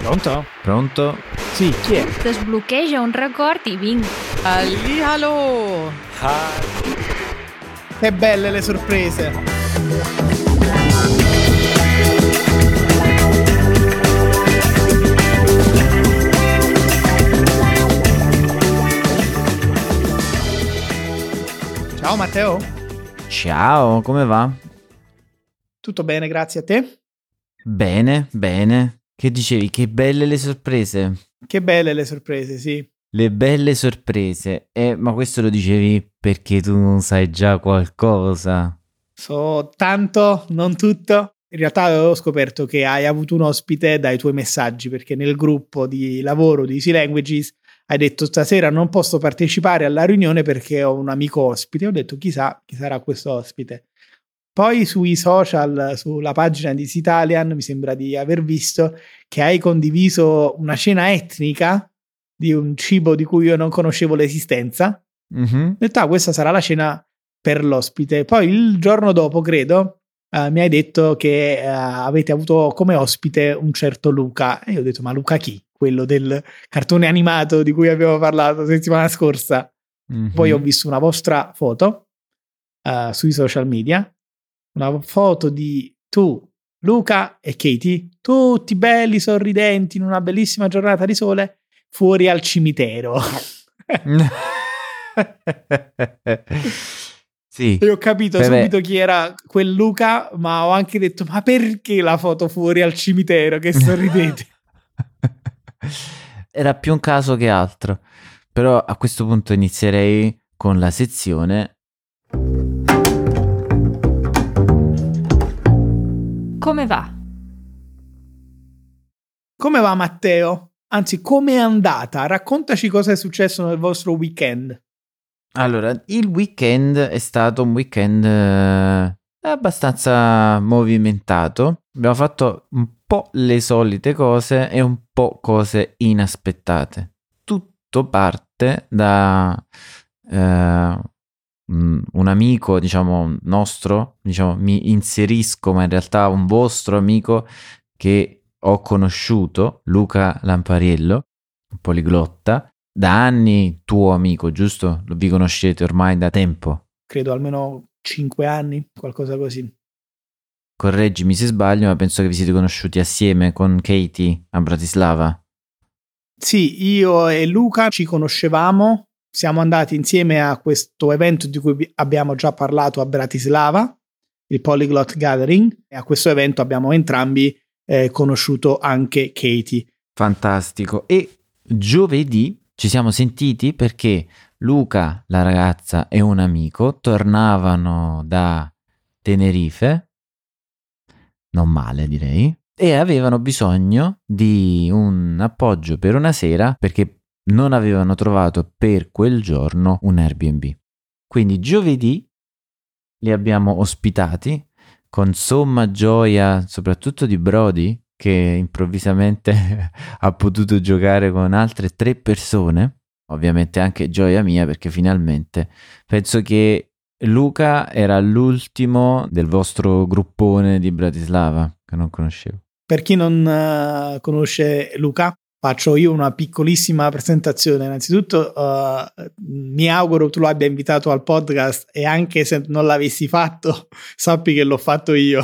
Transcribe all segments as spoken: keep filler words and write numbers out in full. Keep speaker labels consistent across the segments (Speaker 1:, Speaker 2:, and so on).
Speaker 1: Pronto?
Speaker 2: Pronto?
Speaker 1: Sì, chi è?
Speaker 3: Sbloccheggia un record e vinc.
Speaker 4: Allihalo!
Speaker 1: Che belle le sorprese! Ciao Matteo.
Speaker 2: Ciao, come va?
Speaker 1: Tutto bene, grazie a te.
Speaker 2: Bene, bene. Che dicevi? Che belle le sorprese.
Speaker 1: Che belle le sorprese, sì.
Speaker 2: Le belle sorprese. Eh, ma questo lo dicevi perché tu non sai già qualcosa.
Speaker 1: So tanto, non tutto. In realtà avevo scoperto che hai avuto un ospite dai tuoi messaggi, perché nel gruppo di lavoro di Easy Languages hai detto stasera non posso partecipare alla riunione perché ho un amico ospite. Ho detto chissà chi sarà questo ospite. Poi sui social, sulla pagina di Easy Italian, mi sembra di aver visto che hai condiviso una cena etnica di un cibo di cui io non conoscevo l'esistenza.
Speaker 2: Mm-hmm.
Speaker 1: Ho detto, ah, questa sarà la cena per l'ospite. Poi il giorno dopo, credo, uh, mi hai detto che uh, avete avuto come ospite un certo Luca. E io ho detto, ma Luca chi? Quello del cartone animato di cui abbiamo parlato settimana scorsa.
Speaker 2: Mm-hmm.
Speaker 1: Poi ho visto una vostra foto uh, sui social media, una foto di tu, Luca e Katie, tutti belli, sorridenti, in una bellissima giornata di sole, fuori al cimitero.
Speaker 2: Sì.
Speaker 1: E ho capito
Speaker 2: Beh,
Speaker 1: subito
Speaker 2: beh.
Speaker 1: chi era quel Luca, ma ho anche detto, ma perché la foto fuori al cimitero, che sorridete?
Speaker 2: Era più un caso che altro. Però a questo punto inizierei con la sezione
Speaker 3: Come va?
Speaker 1: Come va Matteo? Anzi, come è andata? Raccontaci cosa è successo nel vostro weekend.
Speaker 2: Allora, il weekend è stato un weekend eh, abbastanza movimentato. Abbiamo fatto un po' le solite cose e un po' cose inaspettate. Tutto parte da eh, un amico, diciamo, nostro, diciamo, mi inserisco, ma in realtà un vostro amico che ho conosciuto, Luca Lampariello, un poliglotta. Da anni tuo amico, giusto? Vi conoscete ormai da tempo?
Speaker 1: Credo almeno cinque anni, qualcosa così.
Speaker 2: Correggimi se sbaglio, ma penso che vi siete conosciuti assieme con Katie a Bratislava.
Speaker 1: Sì, io e Luca ci conoscevamo, siamo andati insieme a questo evento di cui abbiamo già parlato a Bratislava, il Polyglot Gathering, e a questo evento abbiamo entrambi eh, conosciuto anche Katie.
Speaker 2: Fantastico. E giovedì ci siamo sentiti perché Luca, la ragazza, e un amico tornavano da Tenerife, non male direi, e avevano bisogno di un appoggio per una sera perché non avevano trovato per quel giorno un Airbnb. Quindi giovedì li abbiamo ospitati con somma gioia, soprattutto di Brody, che improvvisamente ha potuto giocare con altre tre persone. Ovviamente anche gioia mia perché finalmente penso che Luca era l'ultimo del vostro gruppone di Bratislava che non conoscevo.
Speaker 1: Per chi non uh, conosce Luca, faccio io una piccolissima presentazione. Innanzitutto uh, mi auguro tu lo abbia invitato al podcast e anche se non l'avessi fatto sappi che l'ho fatto io.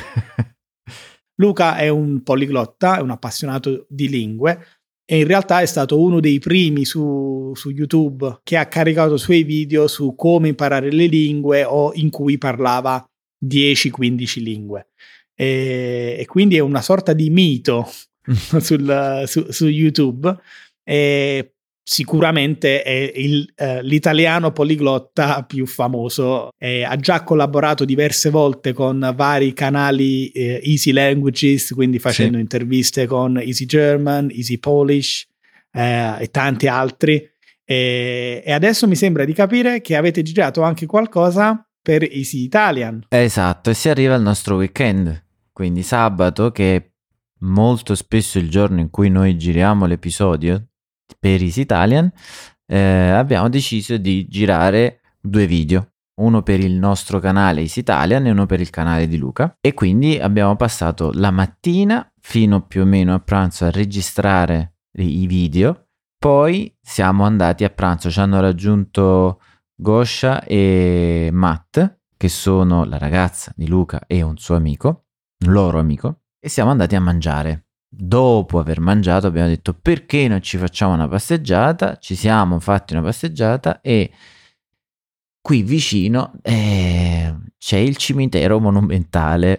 Speaker 1: Luca è un poliglotta, è un appassionato di lingue e in realtà è stato uno dei primi su, su YouTube che ha caricato i suoi video su come imparare le lingue o in cui parlava dieci quindici lingue. E, e quindi è una sorta di mito sul, su, su YouTube e sicuramente è il, eh, l'italiano poliglotta più famoso. E ha già collaborato diverse volte con vari canali eh, Easy Languages, quindi facendo
Speaker 2: sì.
Speaker 1: interviste con Easy German, Easy Polish eh, e tanti altri. E, e adesso mi sembra di capire che avete girato anche qualcosa per Easy Italian.
Speaker 2: Esatto, e si arriva al nostro weekend, quindi sabato, che è molto spesso il giorno in cui noi giriamo l'episodio per Easy Italian, eh, abbiamo deciso di girare due video, uno per il nostro canale Easy Italian e uno per il canale di Luca, e quindi abbiamo passato la mattina fino più o meno a pranzo a registrare i video. Poi siamo andati a pranzo, ci hanno raggiunto Goscia e Matt, che sono la ragazza di Luca e un suo amico, un loro amico, e siamo andati a mangiare. Dopo aver mangiato abbiamo detto: perché non ci facciamo una passeggiata? Ci siamo fatti una passeggiata e qui vicino eh, c'è il cimitero monumentale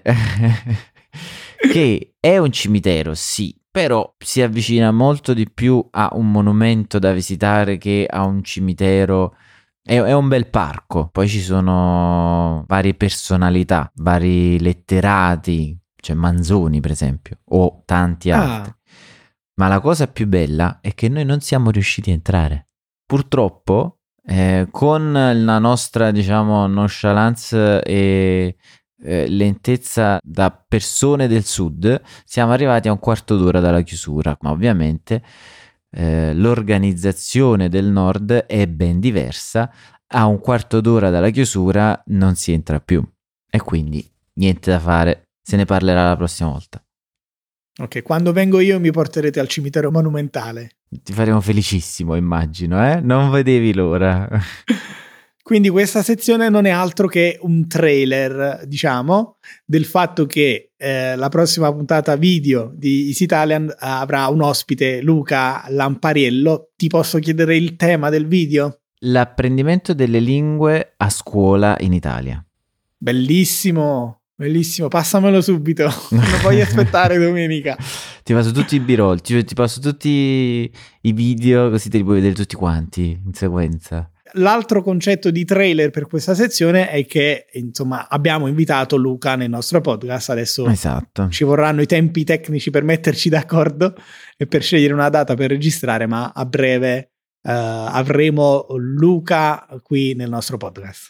Speaker 2: che è un cimitero, sì, però si avvicina molto di più a un monumento da visitare che a un cimitero. È, è un bel parco, poi ci sono varie personalità, vari letterati, cioè Manzoni per esempio, o tanti altri. Ah. Ma la cosa più bella è che noi non siamo riusciti a entrare. Purtroppo, eh, con la nostra, diciamo, nonchalance e eh, lentezza da persone del sud, siamo arrivati a un quarto d'ora dalla chiusura, ma ovviamente eh, l'organizzazione del nord è ben diversa. A un quarto d'ora dalla chiusura non si entra più e quindi niente da fare, se ne parlerà la prossima volta.
Speaker 1: Ok, quando vengo io mi porterete al cimitero monumentale.
Speaker 2: Ti faremo felicissimo, immagino, eh? Non vedevi l'ora.
Speaker 1: Quindi questa sezione non è altro che un trailer, diciamo, del fatto che eh, la prossima puntata video di Easy Italian avrà un ospite, Luca Lampariello. Ti posso chiedere il tema del video?
Speaker 2: L'apprendimento delle lingue a scuola in Italia.
Speaker 1: Bellissimo! Bellissimo, passamelo subito, non voglio aspettare domenica.
Speaker 2: Ti passo tutti i b-roll, ti, ti passo tutti i video così te li puoi vedere tutti quanti in sequenza.
Speaker 1: L'altro concetto di trailer per questa sezione è che insomma abbiamo invitato Luca nel nostro podcast, adesso
Speaker 2: esatto.
Speaker 1: Ci vorranno i tempi tecnici per metterci d'accordo e per scegliere una data per registrare, ma a breve uh, avremo Luca qui nel nostro podcast.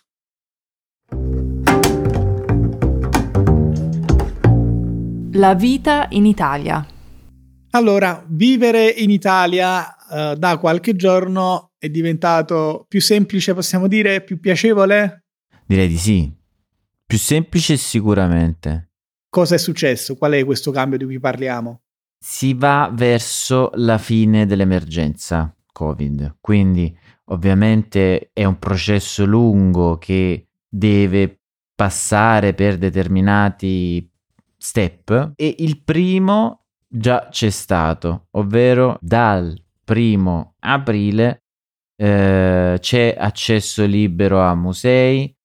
Speaker 3: La vita in Italia.
Speaker 1: Allora, vivere in Italia uh, da qualche giorno è diventato più semplice, possiamo dire, più piacevole?
Speaker 2: Direi di sì. Più semplice sicuramente.
Speaker 1: Cosa è successo? Qual è questo cambio di cui parliamo?
Speaker 2: Si va verso la fine dell'emergenza Covid, quindi ovviamente è un processo lungo che deve passare per determinati step e il primo già c'è stato, ovvero dal primo aprile eh, c'è accesso libero a musei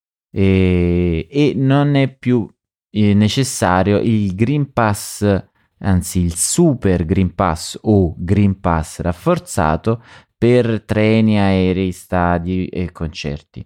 Speaker 2: e, e non è più eh, necessario il Green Pass, anzi il Super Green Pass o Green Pass rafforzato per treni, aerei, stadi e concerti.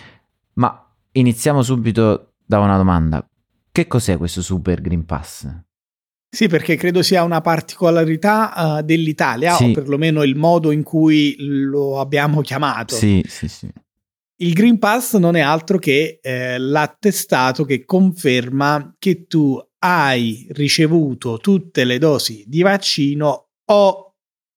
Speaker 2: Ma iniziamo subito da una domanda. Che cos'è questo Super Green Pass?
Speaker 1: Sì, perché credo sia una particolarità uh, dell'Italia, sì. O perlomeno il modo in cui lo abbiamo chiamato.
Speaker 2: Sì, sì, sì.
Speaker 1: Il Green Pass non è altro che eh, l'attestato che conferma che tu hai ricevuto tutte le dosi di vaccino o,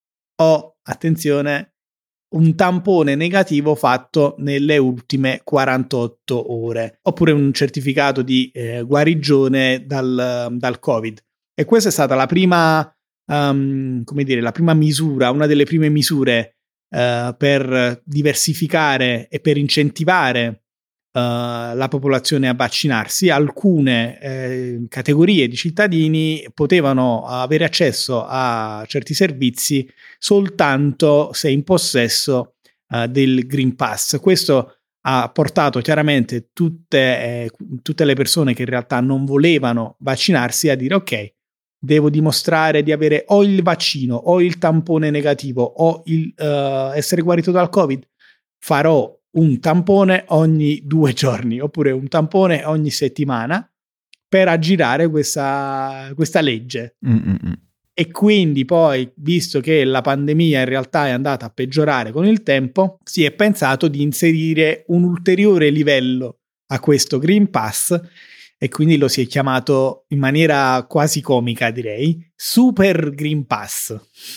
Speaker 1: o attenzione, un tampone negativo fatto nelle ultime quarantotto ore, oppure un certificato di eh, guarigione dal, dal Covid. E questa è stata la prima, um, come dire, la prima misura, una delle prime misure uh, per diversificare e per incentivare uh, la popolazione a vaccinarsi. Alcune eh, categorie di cittadini potevano avere accesso a certi servizi soltanto se in possesso uh, del Green Pass. Questo ha portato chiaramente tutte, eh, tutte le persone che in realtà non volevano vaccinarsi a dire: ok, devo dimostrare di avere o il vaccino o il tampone negativo o il uh, essere guarito dal Covid, farò un tampone ogni due giorni oppure un tampone ogni settimana per aggirare questa, questa legge.
Speaker 2: Mm-mm.
Speaker 1: E quindi poi, visto che la pandemia in realtà è andata a peggiorare con il tempo, si è pensato di inserire un ulteriore livello a questo Green Pass e quindi lo si è chiamato in maniera quasi comica, direi, Super Green Pass.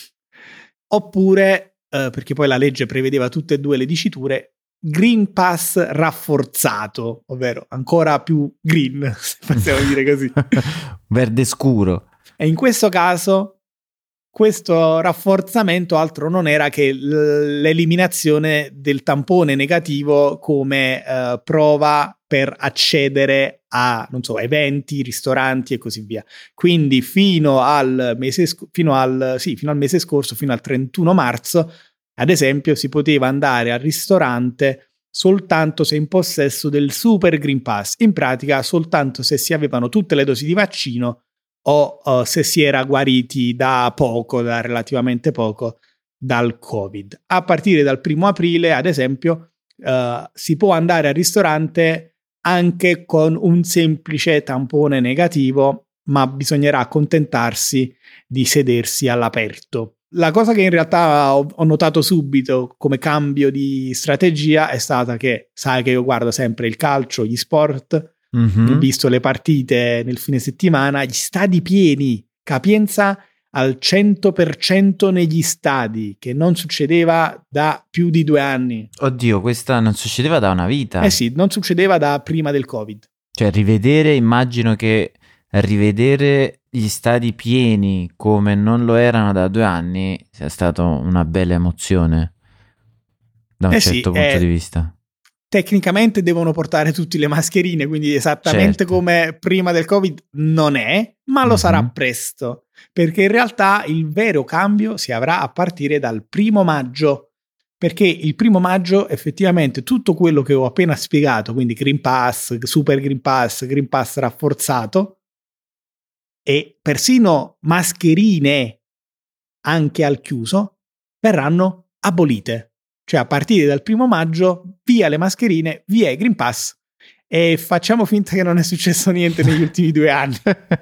Speaker 1: Oppure, eh, perché poi la legge prevedeva tutte e due le diciture, Green Pass rafforzato, ovvero ancora più green, se possiamo dire così.
Speaker 2: Verde scuro.
Speaker 1: E in questo caso questo rafforzamento altro non era che l- l'eliminazione del tampone negativo come eh, prova per accedere a, non so, eventi, ristoranti e così via. Quindi fino al mese, sc- fino al, sì, fino al mese scorso, fino al trentuno marzo, ad esempio, si poteva andare al ristorante soltanto se in possesso del Super Green Pass, in pratica soltanto se si avevano tutte le dosi di vaccino o uh, se si era guariti da poco, da relativamente poco, dal Covid. A partire dal primo aprile, ad esempio, uh, si può andare al ristorante anche con un semplice tampone negativo, ma bisognerà accontentarsi di sedersi all'aperto. La cosa che in realtà ho, ho notato subito come cambio di strategia è stata che, sai che io guardo sempre il calcio, gli sport,
Speaker 2: Mm-hmm.
Speaker 1: ho visto le partite nel fine settimana, gli stadi pieni, capienza al cento per cento negli stadi, che non succedeva da più di due anni.
Speaker 2: Oddio, questa non succedeva da una vita.
Speaker 1: Eh sì, non succedeva da prima del Covid.
Speaker 2: Cioè, rivedere, immagino che rivedere gli stadi pieni come non lo erano da due anni sia stata una bella emozione da un
Speaker 1: Eh
Speaker 2: certo
Speaker 1: sì,
Speaker 2: punto
Speaker 1: eh,
Speaker 2: di vista.
Speaker 1: Tecnicamente devono portare tutti le mascherine, quindi esattamente
Speaker 2: Certo.
Speaker 1: come prima del Covid non è, ma lo
Speaker 2: Mm-hmm.
Speaker 1: sarà presto, perché in realtà il vero cambio si avrà a partire dal primo maggio, perché il primo maggio effettivamente tutto quello che ho appena spiegato, quindi Green Pass, Super Green Pass, Green Pass rafforzato e persino mascherine anche al chiuso, verranno abolite. Cioè a partire dal primo maggio via le mascherine, via i Green Pass e facciamo finta che non è successo niente negli ultimi due anni.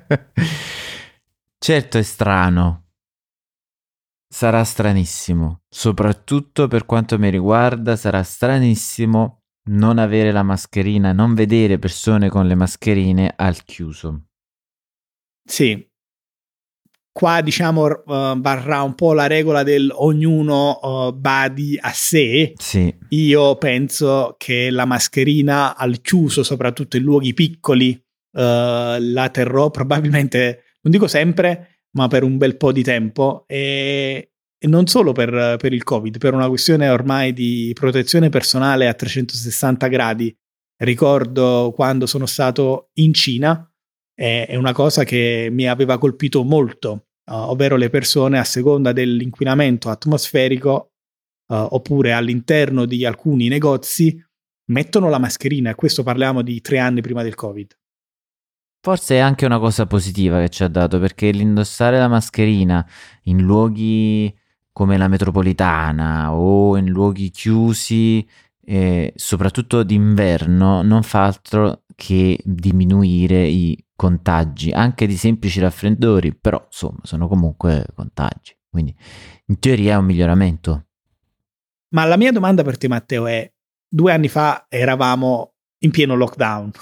Speaker 2: Certo è strano, sarà stranissimo, soprattutto per quanto mi riguarda sarà stranissimo non avere la mascherina, non vedere persone con le mascherine al chiuso.
Speaker 1: Sì. Qua diciamo uh, varrà un po' la regola del ognuno uh, badi a sé.
Speaker 2: Sì.
Speaker 1: Io penso che la mascherina al chiuso, soprattutto in luoghi piccoli, uh, la terrò probabilmente, non dico sempre, ma per un bel po' di tempo e, e non solo per, per il Covid, per una questione ormai di protezione personale a trecentosessanta gradi. Ricordo quando sono stato in Cina, è una cosa che mi aveva colpito molto, uh, ovvero le persone a seconda dell'inquinamento atmosferico uh, oppure all'interno di alcuni negozi mettono la mascherina, e questo parliamo di tre anni prima del Covid.
Speaker 2: Forse è anche una cosa positiva che ci ha dato, perché l'indossare la mascherina in luoghi come la metropolitana o in luoghi chiusi, eh, soprattutto d'inverno, non fa altro che diminuire i contagi, anche di semplici raffreddori, però insomma sono comunque contagi, quindi in teoria è un miglioramento.
Speaker 1: Ma la mia domanda per te, Matteo, è: due anni fa eravamo in pieno lockdown,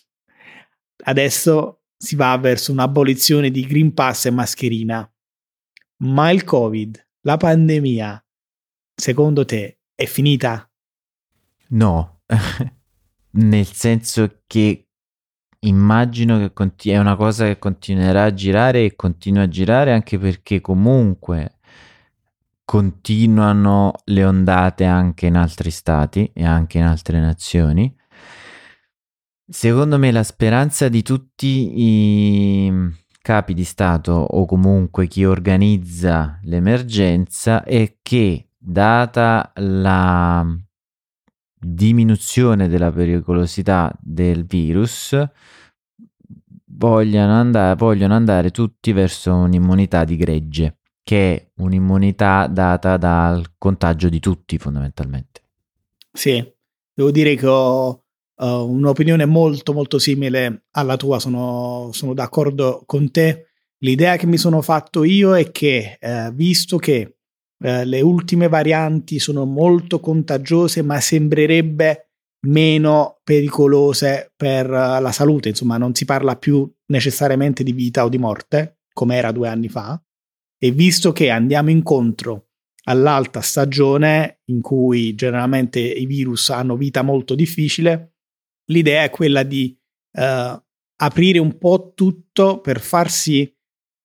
Speaker 1: adesso si va verso un'abolizione di Green Pass e mascherina, ma il Covid, la pandemia, secondo te è finita?
Speaker 2: No, nel senso che immagino che conti- è una cosa che continuerà a girare e continua a girare, anche perché comunque continuano le ondate anche in altri stati e anche in altre nazioni. Secondo me la speranza di tutti i capi di Stato o comunque chi organizza l'emergenza è che, data la diminuzione della pericolosità del virus, vogliono andare, vogliono andare tutti verso un'immunità di gregge, che è un'immunità data dal contagio di tutti fondamentalmente.
Speaker 1: Sì, devo dire che ho uh, un'opinione molto molto simile alla tua, sono, sono d'accordo con te. L'idea che mi sono fatto io è che, eh, visto che eh, le ultime varianti sono molto contagiose, ma sembrerebbe meno pericolose per uh, la salute, insomma non si parla più necessariamente di vita o di morte, come era due anni fa, e visto che andiamo incontro all'alta stagione in cui generalmente i virus hanno vita molto difficile, l'idea è quella di uh, aprire un po' tutto per far sì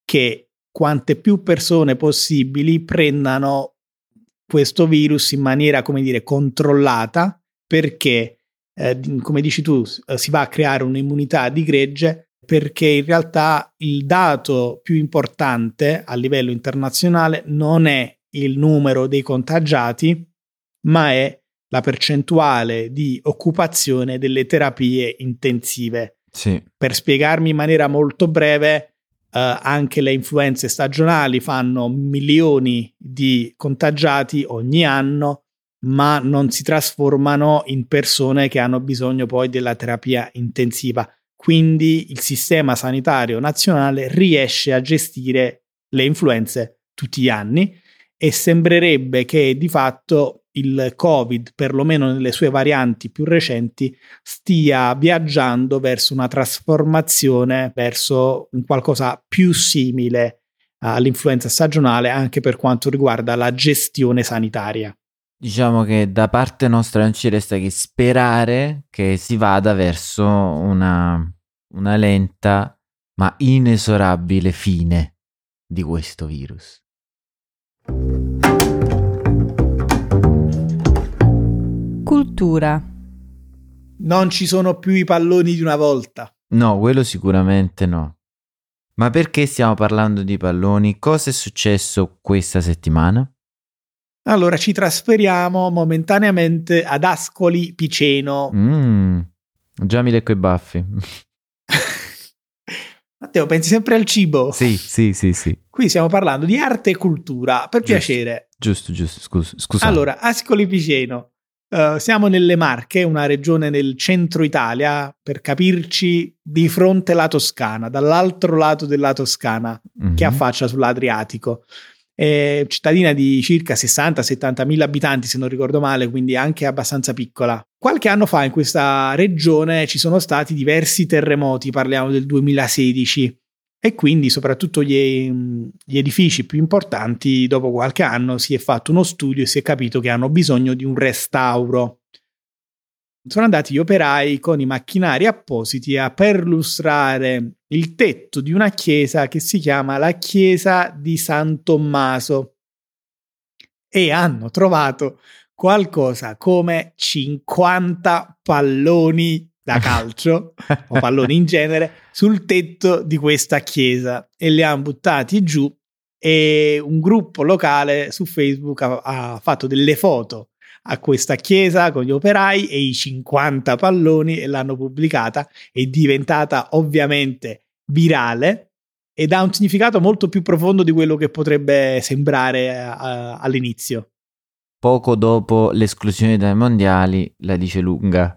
Speaker 1: che quante più persone possibili prendano questo virus in maniera, come dire, controllata, perché, eh, come dici tu, si va a creare un'immunità di gregge, perché in realtà il dato più importante a livello internazionale non è il numero dei contagiati, ma è la percentuale di occupazione delle terapie intensive.
Speaker 2: Sì.
Speaker 1: Per spiegarmi in maniera molto breve, Uh, anche le influenze stagionali fanno milioni di contagiati ogni anno, ma non si trasformano in persone che hanno bisogno poi della terapia intensiva. Quindi il sistema sanitario nazionale riesce a gestire le influenze tutti gli anni e sembrerebbe che di fatto il Covid, perlomeno nelle sue varianti più recenti, stia viaggiando verso una trasformazione verso un qualcosa più simile all'influenza stagionale anche per quanto riguarda la gestione sanitaria.
Speaker 2: Diciamo che da parte nostra non ci resta che sperare che si vada verso una, una lenta ma inesorabile fine di questo virus.
Speaker 3: Cultura.
Speaker 1: Non ci sono più i palloni di una volta.
Speaker 2: No, quello sicuramente no. Ma perché stiamo parlando di palloni? Cosa è successo questa settimana?
Speaker 1: Allora ci trasferiamo momentaneamente ad Ascoli Piceno.
Speaker 2: Mm, già mi lecco i baffi.
Speaker 1: Matteo, pensi sempre al cibo?
Speaker 2: Sì, sì, sì, sì.
Speaker 1: Qui stiamo parlando di arte e cultura, per
Speaker 2: Giusto,
Speaker 1: piacere.
Speaker 2: Giusto, giusto, scusa. scusa.
Speaker 1: Allora, Ascoli Piceno. Uh, siamo nelle Marche, una regione nel centro Italia, per capirci, di fronte alla Toscana, dall'altro lato della Toscana, mm-hmm. che affaccia sull'Adriatico. È cittadina di circa sessanta settanta mila abitanti, se non ricordo male, quindi anche abbastanza piccola. Qualche anno fa in questa regione ci sono stati diversi terremoti, parliamo del duemilasedici, e quindi soprattutto gli, gli edifici più importanti, dopo qualche anno si è fatto uno studio e si è capito che hanno bisogno di un restauro. Sono andati gli operai con i macchinari appositi a perlustrare il tetto di una chiesa che si chiama la chiesa di San Tommaso e hanno trovato qualcosa come cinquanta palloni da calcio o palloni in genere sul tetto di questa chiesa e li hanno buttati giù, e un gruppo locale su Facebook ha, ha fatto delle foto a questa chiesa con gli operai e i cinquanta palloni e l'hanno pubblicata. È diventata ovviamente virale ed ha un significato molto più profondo di quello che potrebbe sembrare uh, all'inizio.
Speaker 2: Poco dopo l'esclusione dai mondiali la dice lunga.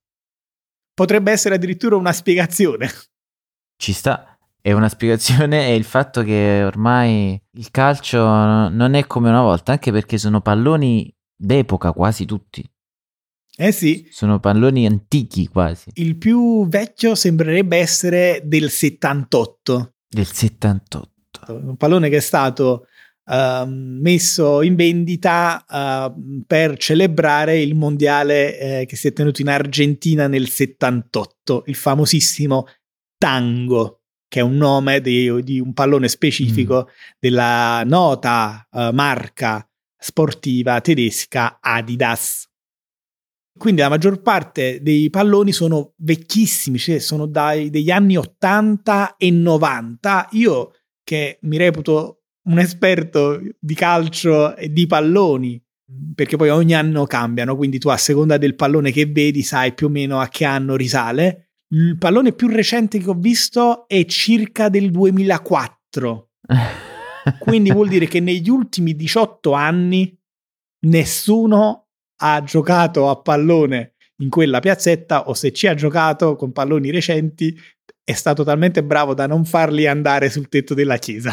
Speaker 1: Potrebbe essere addirittura una spiegazione.
Speaker 2: Ci sta. E una spiegazione è il fatto che ormai il calcio non è come una volta, anche perché sono palloni d'epoca quasi tutti.
Speaker 1: Eh sì.
Speaker 2: Sono palloni antichi quasi.
Speaker 1: Il più vecchio sembrerebbe essere del settantotto.
Speaker 2: Del settantotto.
Speaker 1: Un pallone che è stato uh, messo in vendita uh, per celebrare il mondiale eh, che si è tenuto in Argentina nel settantotto, il famosissimo Tango, che è un nome di, di un pallone specifico mm. della nota uh, marca sportiva tedesca Adidas. Quindi la maggior parte dei palloni sono vecchissimi, cioè sono dai, degli anni ottanta e novanta. Io, che mi reputo un esperto di calcio e di palloni, perché poi ogni anno cambiano, quindi tu a seconda del pallone che vedi sai più o meno a che anno risale. Il pallone più recente che ho visto è circa del duemilaquattro. Quindi vuol dire che negli ultimi diciotto anni nessuno ha giocato a pallone in quella piazzetta, o se ci ha giocato con palloni recenti è stato talmente bravo da non farli andare sul tetto della chiesa.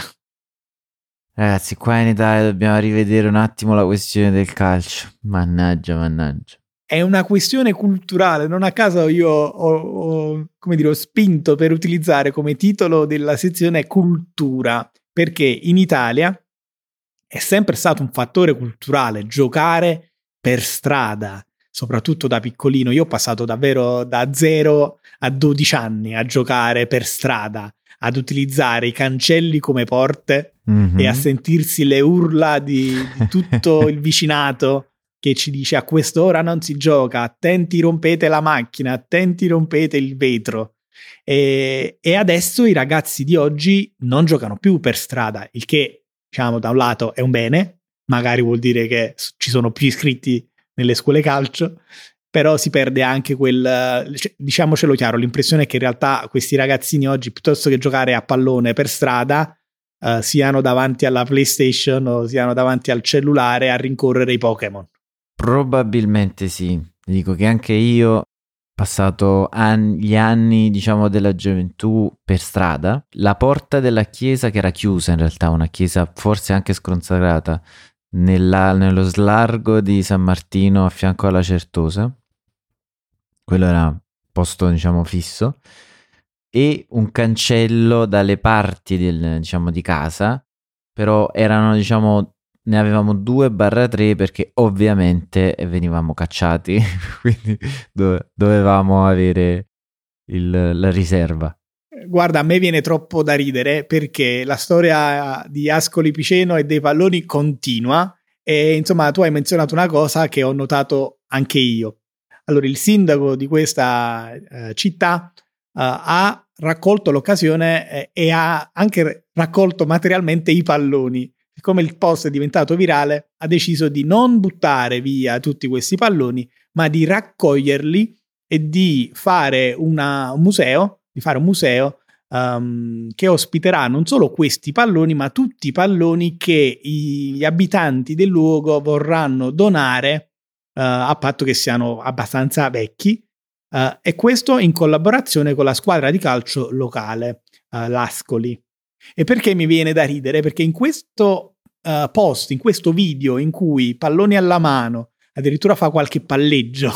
Speaker 2: Ragazzi, qua in Italia dobbiamo rivedere un attimo la questione del calcio. Mannaggia, mannaggia.
Speaker 1: È una questione culturale, non a caso io ho, ho, come dire, ho spinto per utilizzare come titolo della sezione cultura, perché in Italia è sempre stato un fattore culturale giocare per strada, soprattutto da piccolino. Io ho passato davvero da zero a dodici anni a giocare per strada, ad utilizzare i cancelli come porte
Speaker 2: Mhm.
Speaker 1: e a sentirsi le urla di, di tutto il vicinato che ci dice a quest'ora non si gioca, attenti rompete la macchina, attenti rompete il vetro. E, e adesso i ragazzi di oggi non giocano più per strada, il che, diciamo, da un lato è un bene, magari vuol dire che ci sono più iscritti nelle scuole calcio, però si perde anche quel, cioè, diciamocelo chiaro, l'impressione è che in realtà questi ragazzini oggi, piuttosto che giocare a pallone per strada, eh, siano davanti alla PlayStation o siano davanti al cellulare a rincorrere i Pokémon.
Speaker 2: Probabilmente sì. Dico che anche io ho passato an- gli anni, diciamo, della gioventù per strada. La porta della chiesa, che era chiusa in realtà, una chiesa forse anche sconsacrata, nella- nello slargo di San Martino a fianco alla Certosa. Quello era posto, diciamo, fisso. E un cancello dalle parti del, diciamo, di casa, però erano, diciamo, ne avevamo due barra tre perché ovviamente venivamo cacciati, quindi dove- dovevamo avere il- la riserva.
Speaker 1: Guarda, a me viene troppo da ridere perché la storia di Ascoli Piceno e dei palloni continua e insomma tu hai menzionato una cosa che ho notato anche io. Allora il sindaco di questa eh, città eh, ha raccolto l'occasione eh, e ha anche raccolto materialmente i palloni. Siccome il post è diventato virale, ha deciso di non buttare via tutti questi palloni, ma di raccoglierli e di fare una, un museo, di fare un museo um, che ospiterà non solo questi palloni, ma tutti i palloni che gli abitanti del luogo vorranno donare, uh, a patto che siano abbastanza vecchi, uh, e questo in collaborazione con la squadra di calcio locale, uh, l'Ascoli. E perché mi viene da ridere? Perché in questo uh, post, in questo video in cui palloni alla mano, addirittura fa qualche palleggio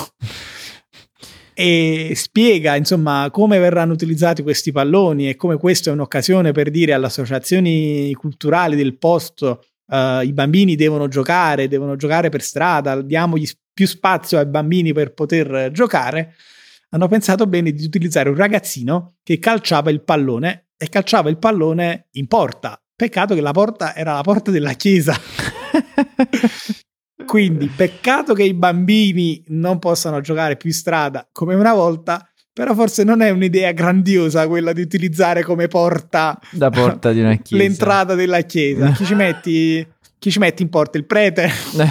Speaker 1: e spiega insomma come verranno utilizzati questi palloni e come questa è un'occasione per dire alle associazioni culturali del posto uh, i bambini devono giocare, devono giocare per strada, diamogli più spazio ai bambini per poter giocare, hanno pensato bene di utilizzare un ragazzino che calciava il pallone e calciava il pallone in porta. Peccato che la porta era la porta della chiesa. Quindi peccato che i bambini non possano giocare più in strada come una volta, però forse non è un'idea grandiosa quella di utilizzare come porta
Speaker 2: La porta di una chiesa.
Speaker 1: l'entrata della chiesa. Chi ci metti, chi ci metti in porta? Il prete?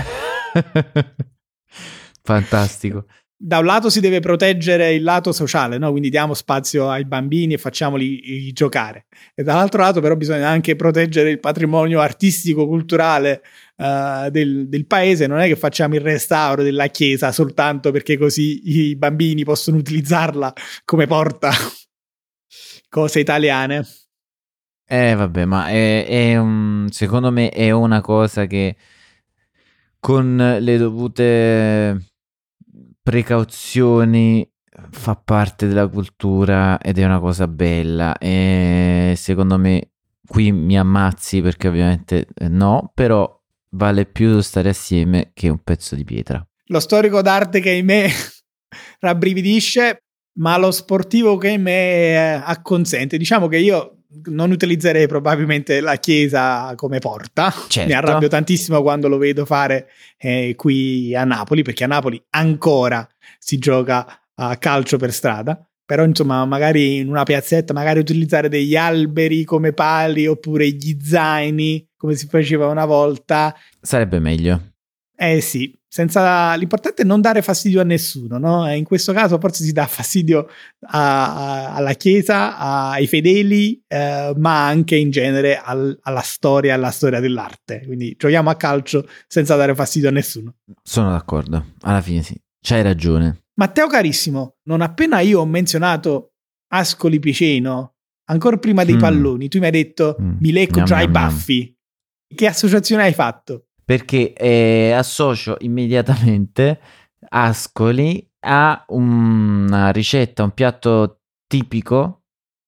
Speaker 2: Fantastico.
Speaker 1: Da un lato si deve proteggere il lato sociale, no? Quindi diamo spazio ai bambini e facciamoli giocare. E dall'altro lato però bisogna anche proteggere il patrimonio artistico-culturale uh, del, del paese. Non è che facciamo il restauro della chiesa soltanto perché così i bambini possono utilizzarla come porta. Cose italiane.
Speaker 2: Eh vabbè, ma è, è un, secondo me è una cosa che con le dovute precauzioni fa parte della cultura ed è una cosa bella e secondo me qui mi ammazzi perché ovviamente no, però vale più stare assieme che un pezzo di pietra.
Speaker 1: Lo storico d'arte che in me rabbrividisce, ma lo sportivo che in me eh, acconsente. Diciamo che io non utilizzerei probabilmente la chiesa come porta.
Speaker 2: Certo.
Speaker 1: Mi arrabbio tantissimo quando lo vedo fare eh, qui a Napoli, perché a Napoli ancora si gioca a calcio per strada. Però insomma magari in una piazzetta magari utilizzare degli alberi come pali oppure gli zaini come si faceva una volta
Speaker 2: sarebbe meglio.
Speaker 1: Eh sì, senza, l'importante è non dare fastidio a nessuno, no? E in questo caso forse si dà fastidio a, a, alla chiesa, ai fedeli, eh, ma anche in genere al, alla storia, alla storia dell'arte. Quindi giochiamo a calcio senza dare fastidio a nessuno.
Speaker 2: Sono d'accordo, alla fine sì, c'hai ragione.
Speaker 1: Matteo carissimo, non appena io ho menzionato Ascoli Piceno, ancora prima dei mm. palloni, tu mi hai detto
Speaker 2: mm.
Speaker 1: mi lecco
Speaker 2: Miam,
Speaker 1: già
Speaker 2: miam,
Speaker 1: i baffi. Che associazione hai fatto?
Speaker 2: Perché eh, associo immediatamente Ascoli a una ricetta, un piatto tipico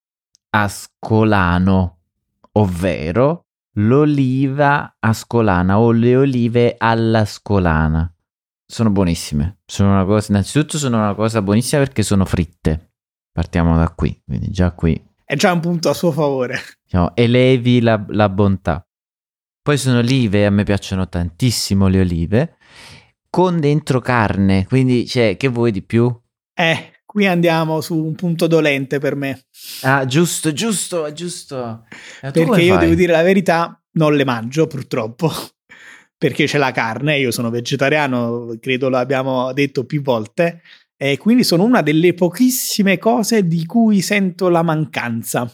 Speaker 2: ascolano, ovvero l'oliva ascolana o le olive all'ascolana. Sono buonissime. Sono una cosa, innanzitutto sono una cosa buonissima perché sono fritte. Partiamo da qui, quindi già qui
Speaker 1: è già un punto a suo favore.
Speaker 2: Diciamo, elevi la, la bontà. Poi sono olive, a me piacciono tantissimo le olive, con dentro carne, quindi cioè, che vuoi di più?
Speaker 1: Eh, qui andiamo su un punto dolente per me.
Speaker 2: Ah, giusto, giusto, giusto. Eh, tu
Speaker 1: Perché
Speaker 2: come
Speaker 1: io
Speaker 2: fai?
Speaker 1: devo dire la verità, non le mangio purtroppo, perché c'è la carne, io sono vegetariano, credo l'abbiamo detto più volte, e quindi sono una delle pochissime cose di cui sento la mancanza.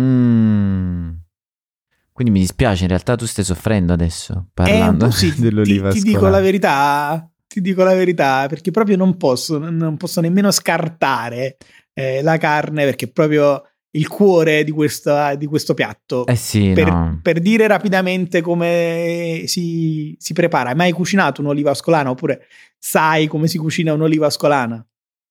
Speaker 2: Mm. Quindi mi dispiace, in realtà tu stai soffrendo adesso parlando
Speaker 1: Eh, sì,
Speaker 2: dell'oliva
Speaker 1: ti, ti dico
Speaker 2: scolana.
Speaker 1: la verità, ti dico la verità, perché proprio non posso, non posso nemmeno scartare eh, la carne, perché è proprio il cuore di, questa, di questo piatto.
Speaker 2: Eh sì,
Speaker 1: per,
Speaker 2: no.
Speaker 1: per dire rapidamente come si, si prepara, hai mai cucinato un'oliva ascolana oppure sai come si cucina un'oliva ascolana?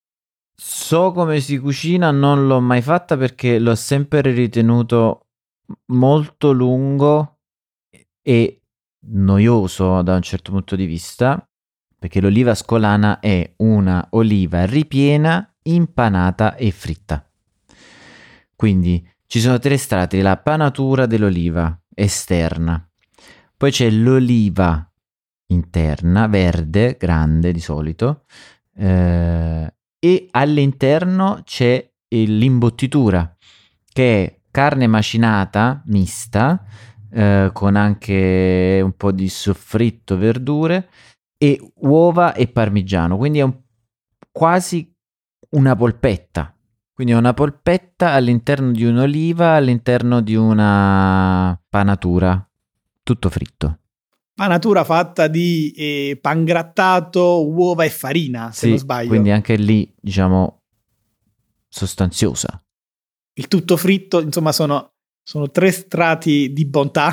Speaker 2: So come si cucina, non l'ho mai fatta perché l'ho sempre ritenuto molto lungo e noioso da un certo punto di vista, perché l'oliva ascolana è una oliva ripiena, impanata e fritta. Quindi ci sono tre strati: la panatura dell'oliva esterna, poi c'è l'oliva interna, verde, grande di solito, eh, e all'interno c'è l'imbottitura, che è carne macinata mista, eh, con anche un po' di soffritto, verdure e uova e parmigiano, quindi è un, quasi una polpetta. Quindi è una polpetta all'interno di un'oliva, all'interno di una panatura, tutto fritto.
Speaker 1: Panatura fatta di eh, pangrattato, uova e farina, se
Speaker 2: Sì,
Speaker 1: non sbaglio.
Speaker 2: quindi anche lì, diciamo, sostanziosa.
Speaker 1: Il tutto fritto, insomma, sono, sono tre strati di bontà,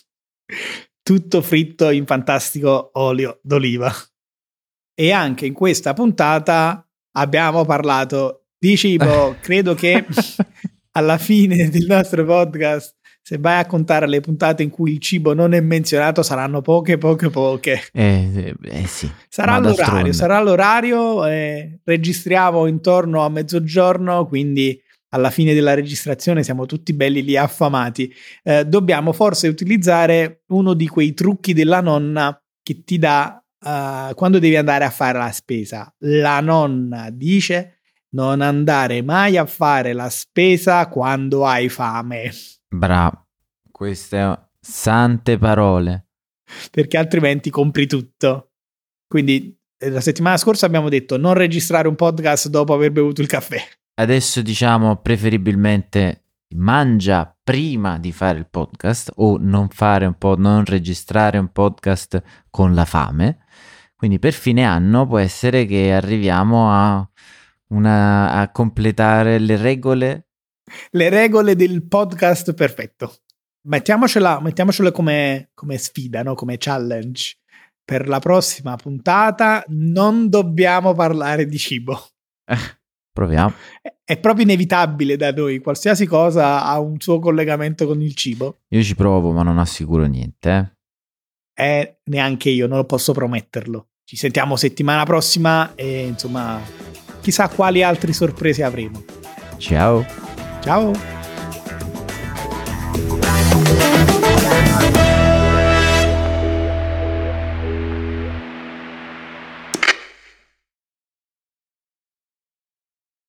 Speaker 1: tutto fritto in fantastico olio d'oliva. E anche in questa puntata abbiamo parlato di cibo. Credo che alla fine del nostro podcast, se vai a contare le puntate in cui il cibo non è menzionato, saranno poche, poche, poche.
Speaker 2: Eh, eh sì.
Speaker 1: Sarà
Speaker 2: Ma
Speaker 1: l'orario,
Speaker 2: d'altronde.
Speaker 1: sarà l'orario. Eh, registriamo intorno a mezzogiorno, quindi alla fine della registrazione siamo tutti belli lì affamati. Eh, dobbiamo forse utilizzare uno di quei trucchi della nonna che ti dà uh, quando devi andare a fare la spesa. La nonna dice: non andare mai a fare la spesa quando hai fame.
Speaker 2: Bravo, queste sante parole.
Speaker 1: Perché altrimenti compri tutto. Quindi eh, la settimana scorsa abbiamo detto non registrare un podcast dopo aver bevuto il caffè.
Speaker 2: Adesso diciamo preferibilmente mangia prima di fare il podcast, o non fare un po', non registrare un podcast con la fame. Quindi per fine anno può essere che arriviamo a, una, a completare le regole.
Speaker 1: Le regole del podcast perfetto. Mettiamocela, mettiamocela come, come sfida, no? Come challenge. Per la prossima puntata non dobbiamo parlare di cibo.
Speaker 2: Proviamo.
Speaker 1: È proprio inevitabile da noi, qualsiasi cosa ha un suo collegamento con il cibo.
Speaker 2: Io ci provo, ma non assicuro niente.
Speaker 1: Eh? Eh, neanche io, non lo posso prometterlo. Ci sentiamo settimana prossima e insomma, chissà quali altre sorprese avremo.
Speaker 2: Ciao.
Speaker 1: Ciao.